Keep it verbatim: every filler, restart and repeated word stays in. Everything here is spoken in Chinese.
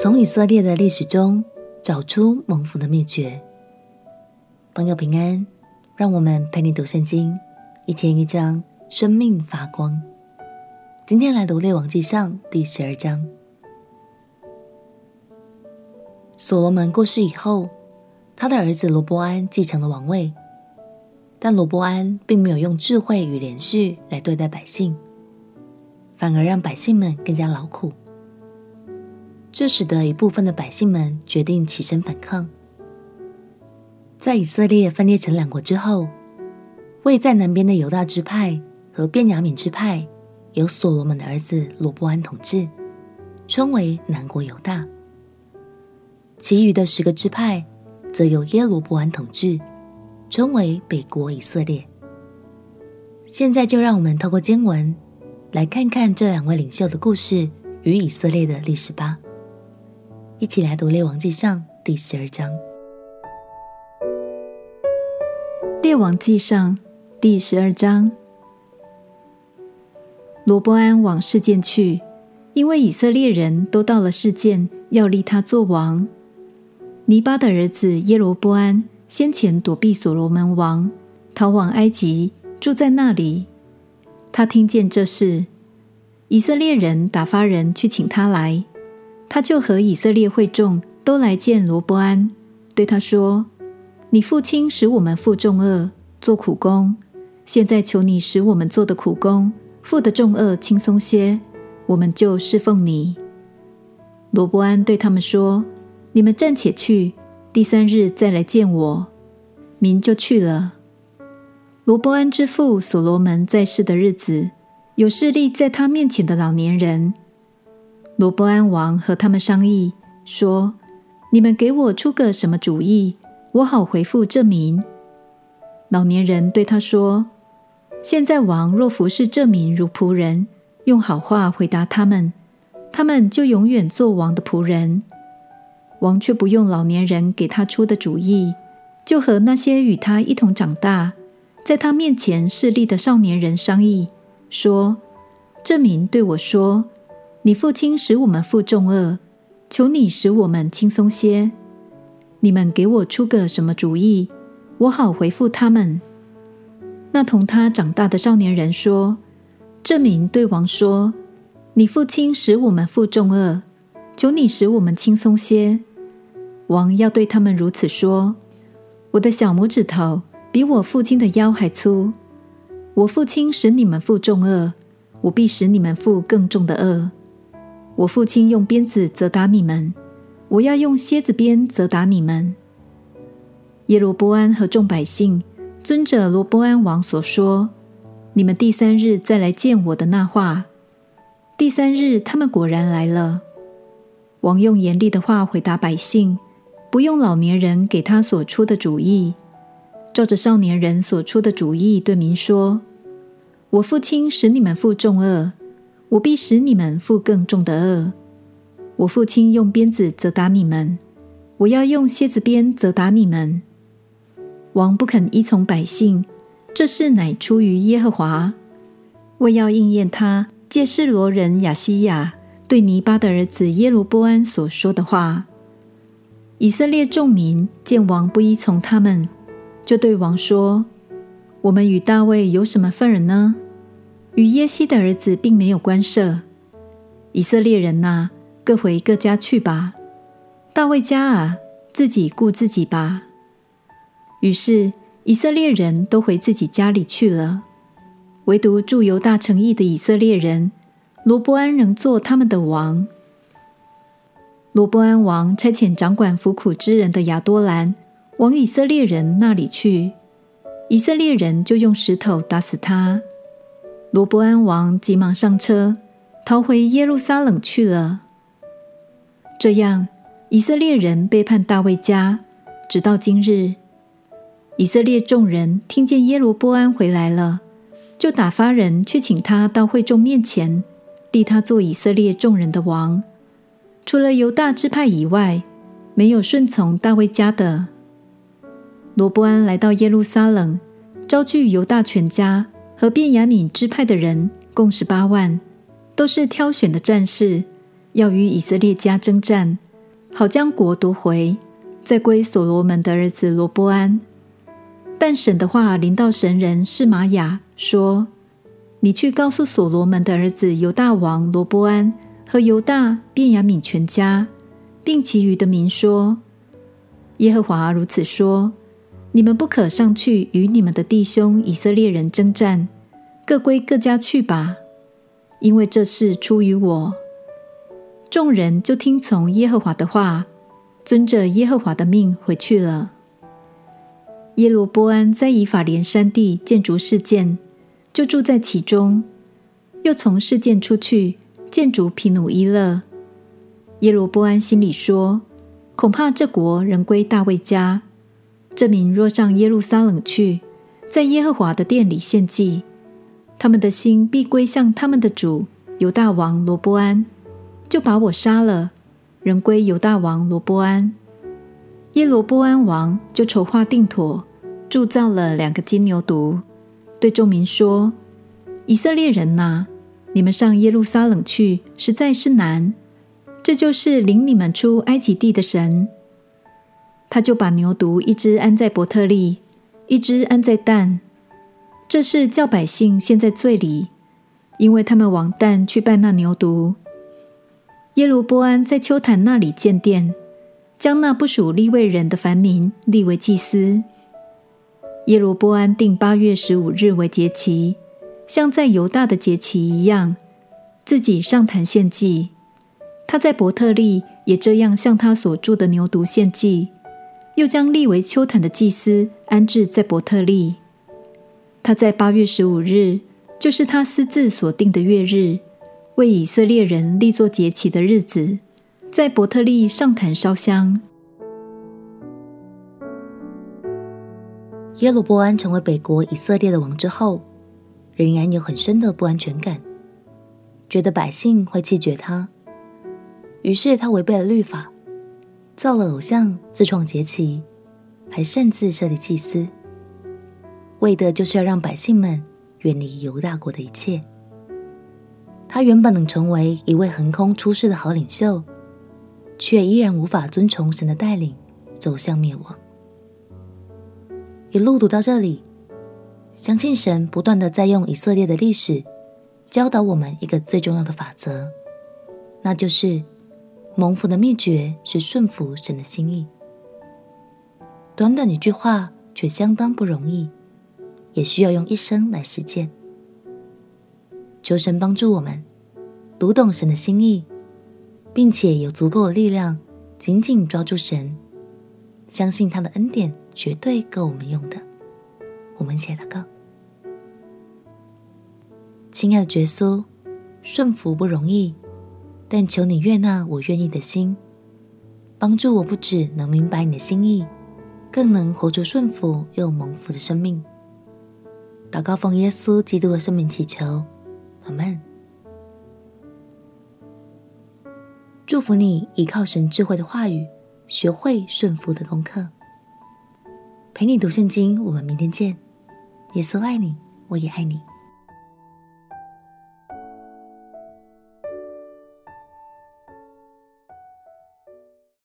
从以色列的历史中找出蒙福的秘诀。朋友平安，让我们陪你读圣经，一天一章，生命发光。今天来读列王纪上第十二章。所罗门过世以后，他的儿子罗波安继承了王位，但罗波安并没有用智慧与连续来对待百姓，反而让百姓们更加劳苦。这使得一部分的百姓们决定起身反抗。在以色列分裂成两国之后，位在南边的犹大支派和便雅悯支派由所罗门的儿子罗波安统治，称为南国犹大。其余的十个支派则由耶罗波安统治，称为北国以色列。现在就让我们透过经文来看看这两位领袖的故事与以色列的历史吧。一起来读列王纪上第十二章。 列王纪上第十二章。罗波安往示剑去，因为以色列人都到了示剑，要立他做王。尼巴的儿子耶罗波安先前躲避所罗门王，逃往埃及，住在那里。他听见这事，以色列人打发人去请他来，他就和以色列会众都来见罗波安，对他说：你父亲使我们负重恶，做苦工，现在求你使我们做的苦工，负的重恶轻松些，我们就侍奉你。罗波安对他们说：你们暂且去，第三日再来见我。民就去了。罗波安之父所罗门在世的日子，有侍立在他面前的老年人。罗波安王和他们商议，说：你们给我出个什么主意，我好回复这民。老年人对他说：现在王若服侍这民如仆人，用好话回答他们，他们就永远做王的仆人。王却不用老年人给他出的主意，就和那些与他一同长大，在他面前侍立的少年人商议，说：这民对我说，你父亲使我们负重恶，求你使我们轻松些。你们给我出个什么主意，我好回复他们。那同他长大的少年人说：这民对王说，你父亲使我们负重恶，求你使我们轻松些。王要对他们如此说：我的小拇指头比我父亲的腰还粗，我父亲使你们负重恶，我必使你们负更重的恶。我父亲用鞭子责打你们，我要用蝎子鞭责打你们。耶罗波安和众百姓遵着罗波安王所说，你们第三日再来见我的那话。第三日他们果然来了。王用严厉的话回答百姓，不用老年人给他所出的主意，照着少年人所出的主意对民说：我父亲使你们负重恶，我必使你们负更重的恶。我父亲用鞭子责打你们，我要用蝎子鞭责打你们。王不肯依从百姓，这事乃出于耶和华，为要应验他借示罗人亚西亚对尼巴的儿子耶罗波安所说的话。以色列众民见王不依从他们，就对王说：我们与大卫有什么份儿呢？与耶西的儿子并没有关涉。以色列人啊，各回各家去吧。大卫家啊，自己顾自己吧。于是以色列人都回自己家里去了，唯独住犹大城邑的以色列人，罗波安仍做他们的王。罗波安王差遣掌管服苦之人的亚多兰往以色列人那里去，以色列人就用石头打死他。罗波安王急忙上车，逃回耶路撒冷去了。这样，以色列人背叛大卫家，直到今日。以色列众人听见耶罗波安回来了，就打发人去请他到会众面前，立他做以色列众人的王。除了犹大支派以外，没有顺从大卫家的。罗波安来到耶路撒冷，招聚犹大全家和便雅悯支派的人，共十八万，都是挑选的战士，要与以色列家征战， 好将国夺回，再归所罗门的儿子罗波安。但神的话临到神人示玛雅，说：你去告诉所罗门的儿子犹大王罗波安和犹大便雅悯全家，并其余的民说：耶和华如此说，你们不可上去与你们的弟兄以色列人征战，各归各家去吧，因为这事出于我。众人就听从耶和华的话，遵着耶和华的命回去了。耶罗波安在以法莲山地建筑示剑，就住在其中，又从示剑出去建筑毗努伊勒。耶罗波安心里说，恐怕这国仍归大卫家，这民若上耶路撒冷去，在耶和华的殿里献祭，他们的心必归向他们的主犹大王罗波安，就把我杀了，仍归犹大王罗波安。耶罗波安王就筹划定妥，铸造了两个金牛犊，对众民说：以色列人哪，你们上耶路撒冷去实在是难，这就是领你们出埃及地的神。他就把牛犊一只安在伯特利，一只安在但，这是叫百姓陷在罪里，因为他们往但去拜那牛犊。耶罗波安在丘坛那里建殿，将那不属利未人的凡民立为祭司。耶罗波安定八月十五日为节期，像在犹大的节期一样，自己上坛献祭。他在伯特利也这样向他所铸的牛犊献祭，又将立为丘坛的祭司安置在伯特利。他在八月十五日，就是他私自所定的月日，为以色列人立作节期的日子，在伯特利上坛烧香。 耶罗波安成为北国以色列的王之后，仍然有很深的不安全感，觉得百姓会弃绝他，于是他违背了律法，造了偶像，自创节期，还擅自设立祭司，为的就是要让百姓们远离犹大国的一切。他原本能成为一位横空出世的好领袖，却依然无法遵从神的带领，走向灭亡。一路读到这里，相信神不断地在用以色列的历史教导我们一个最重要的法则，那就是蒙福的秘诀是顺服神的心意。短短一句话却相当不容易，也需要用一生来实践。求神帮助我们读懂神的心意，并且有足够的力量紧紧抓住神，相信他的恩典绝对够我们用的。我们一起来祷告。亲爱的耶稣，顺服不容易，但求你悦纳我愿意的心，帮助我不只能明白你的心意，更能活出顺服又蒙福的生命。祷告奉耶稣基督的圣名祈求，阿们。祝福你依靠神智慧的话语，学会顺服的功课。陪你读圣经，我们明天见。耶稣爱你，我也爱你。